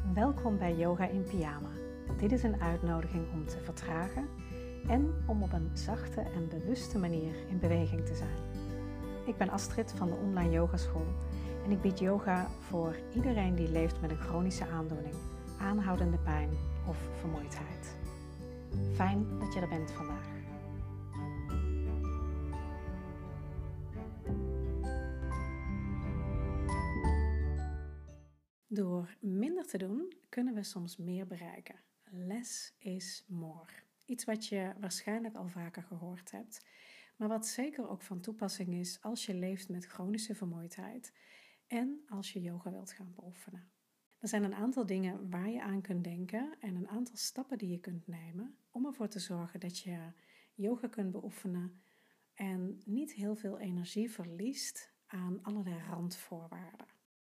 Welkom bij Yoga in Pyjama. Dit is een uitnodiging om te vertragen en om op een zachte en bewuste manier in beweging te zijn. Ik ben Astrid van de online yogaschool en ik bied yoga voor iedereen die leeft met een chronische aandoening, aanhoudende pijn of vermoeidheid. Fijn dat je er bent vandaag. Door minder te doen kunnen we soms meer bereiken. Less is more. Iets wat je waarschijnlijk al vaker gehoord hebt, maar wat zeker ook van toepassing is als je leeft met chronische vermoeidheid en als je yoga wilt gaan beoefenen. Er zijn een aantal dingen waar je aan kunt denken en een aantal stappen die je kunt nemen om ervoor te zorgen dat je yoga kunt beoefenen en niet heel veel energie verliest aan allerlei randvoorwaarden.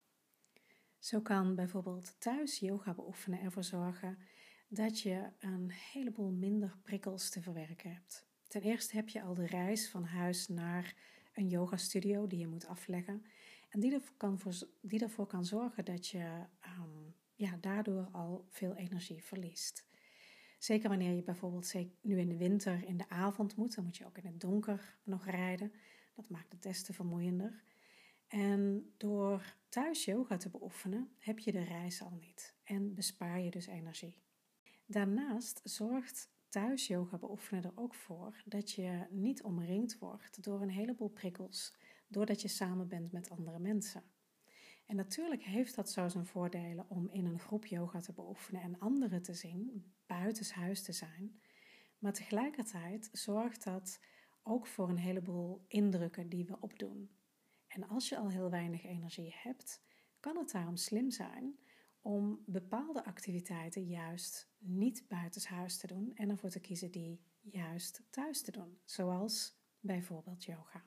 Zo kan bijvoorbeeld thuis yoga beoefenen ervoor zorgen dat je een heleboel minder prikkels te verwerken hebt. Ten eerste heb je al de reis van huis naar een yogastudio die je moet afleggen. En die ervoor kan zorgen dat je daardoor al veel energie verliest. Zeker wanneer je bijvoorbeeld nu in de winter in de avond moet, dan moet je ook in het donker nog rijden. Dat maakt het des te vermoeiender. En door thuis yoga te beoefenen heb je de reis al niet en bespaar je dus energie. Daarnaast zorgt thuis yoga beoefenen er ook voor dat je niet omringd wordt door een heleboel prikkels, doordat je samen bent met andere mensen. En natuurlijk heeft dat zo zijn voordelen om in een groep yoga te beoefenen en anderen te zien, buitenshuis te zijn. Maar tegelijkertijd zorgt dat ook voor een heleboel indrukken die we opdoen. En als je al heel weinig energie hebt, kan het daarom slim zijn om bepaalde activiteiten juist niet buitenshuis te doen en ervoor te kiezen die juist thuis te doen, zoals bijvoorbeeld yoga.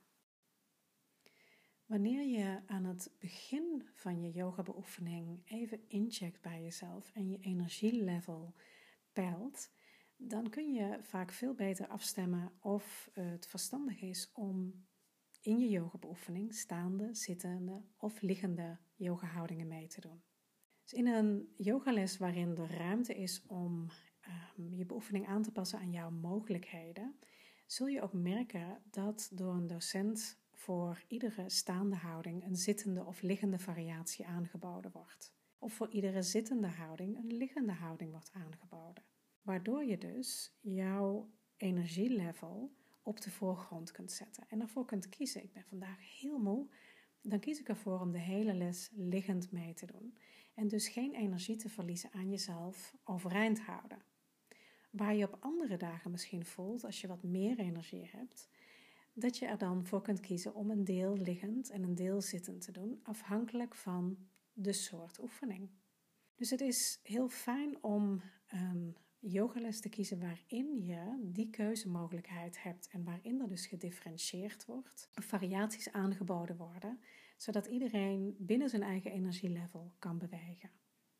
Wanneer je aan het begin van je yogabeoefening even incheckt bij jezelf en je energielevel peilt, dan kun je vaak veel beter afstemmen of het verstandig is om in je yogabeoefening staande, zittende of liggende yogahoudingen mee te doen. Dus in een yogales waarin er ruimte is om je beoefening aan te passen aan jouw mogelijkheden, zul je ook merken dat door een docent voor iedere staande houding een zittende of liggende variatie aangeboden wordt. Of voor iedere zittende houding een liggende houding wordt aangeboden. Waardoor je dus jouw energielevel op de voorgrond kunt zetten en ervoor kunt kiezen. Ik ben vandaag heel moe, dan kies ik ervoor om de hele les liggend mee te doen. En dus geen energie te verliezen aan jezelf overeind houden. Waar je op andere dagen misschien voelt, als je wat meer energie hebt, dat je er dan voor kunt kiezen om een deel liggend en een deel zittend te doen, afhankelijk van de soort oefening. Dus het is heel fijn om een yogales te kiezen waarin je die keuzemogelijkheid hebt en waarin er dus gedifferentieerd wordt, variaties aangeboden worden, zodat iedereen binnen zijn eigen energielevel kan bewegen.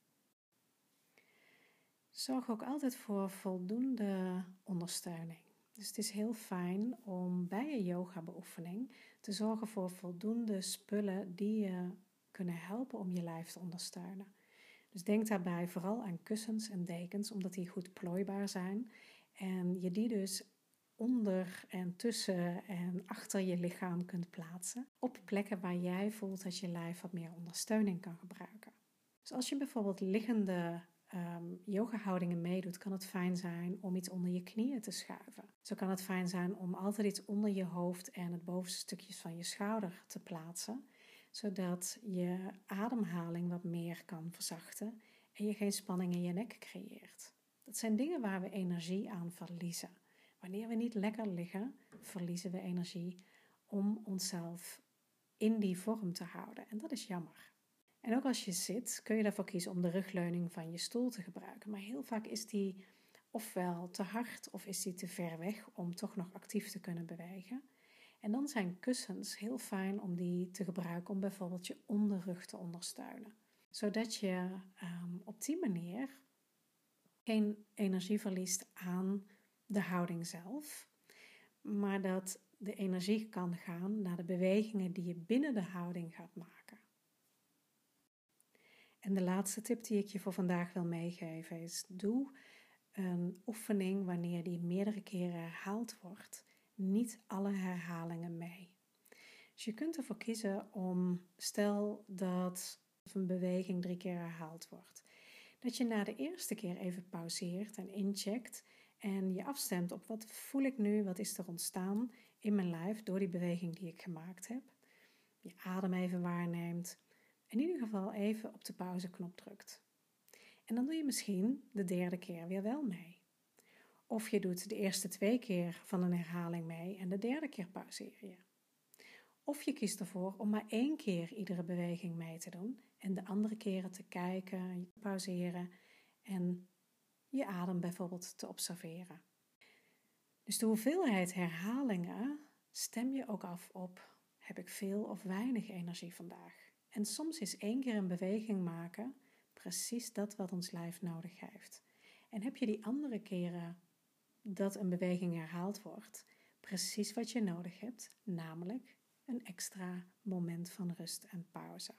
Zorg ook altijd voor voldoende ondersteuning. Dus het is heel fijn om bij je yoga-beoefening te zorgen voor voldoende spullen die je kunnen helpen om je lijf te ondersteunen. Dus denk daarbij vooral aan kussens en dekens, omdat die goed plooibaar zijn. En je die dus onder en tussen en achter je lichaam kunt plaatsen. Op plekken waar jij voelt dat je lijf wat meer ondersteuning kan gebruiken. Dus als je bijvoorbeeld liggende yogahoudingen meedoet, kan het fijn zijn om iets onder je knieën te schuiven. Zo kan het fijn zijn om altijd iets onder je hoofd en het bovenste stukjes van je schouder te plaatsen, zodat je ademhaling wat meer kan verzachten en je geen spanning in je nek creëert. Dat zijn dingen waar we energie aan verliezen. Wanneer we niet lekker liggen, verliezen we energie om onszelf in die vorm te houden. En dat is jammer. En ook als je zit, kun je ervoor kiezen om de rugleuning van je stoel te gebruiken. Maar heel vaak is die ofwel te hard of is die te ver weg om toch nog actief te kunnen bewegen. En dan zijn kussens heel fijn om die te gebruiken om bijvoorbeeld je onderrug te ondersteunen. Zodat je op die manier geen energie verliest aan de houding zelf, maar dat de energie kan gaan naar de bewegingen die je binnen de houding gaat maken. En de laatste tip die ik je voor vandaag wil meegeven is: doe een oefening wanneer die meerdere keren herhaald wordt. Niet alle herhalingen mee. Dus je kunt ervoor kiezen om, stel dat een beweging 3 keer herhaald wordt, dat je na de eerste keer even pauzeert en incheckt en je afstemt op wat voel ik nu, wat is er ontstaan in mijn lijf door die beweging die ik gemaakt heb. Je adem even waarneemt, in ieder geval even op de pauzeknop drukt. En dan doe je misschien de derde keer weer wel mee. Of je doet de eerste 2 keer van een herhaling mee en de derde keer pauzeer je. Of je kiest ervoor om maar 1 keer iedere beweging mee te doen en de andere keren te kijken, pauzeren en je adem bijvoorbeeld te observeren. Dus de hoeveelheid herhalingen stem je ook af op: heb ik veel of weinig energie vandaag? En soms is 1 keer een beweging maken precies dat wat ons lijf nodig heeft. En heb je die andere keren dat een beweging herhaald wordt, precies wat je nodig hebt, namelijk een extra moment van rust en pauze.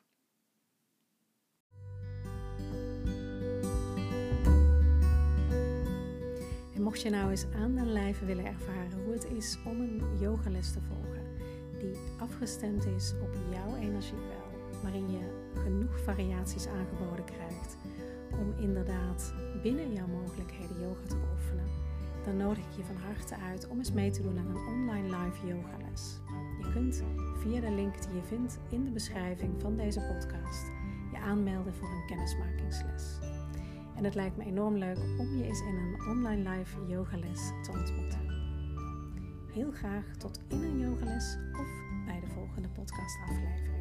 En mocht je nou eens aan den lijve willen ervaren hoe het is om een yogales te volgen, die afgestemd is op jouw energiepeil, waarin je genoeg variaties aangeboden krijgt om inderdaad binnen jouw mogelijkheden yoga te beoefenen, dan nodig ik je van harte uit om eens mee te doen aan een online live yogales. Je kunt via de link die je vindt in de beschrijving van deze podcast je aanmelden voor een kennismakingsles. En het lijkt me enorm leuk om je eens in een online live yogales te ontmoeten. Heel graag tot in een yogales of bij de volgende podcastaflevering.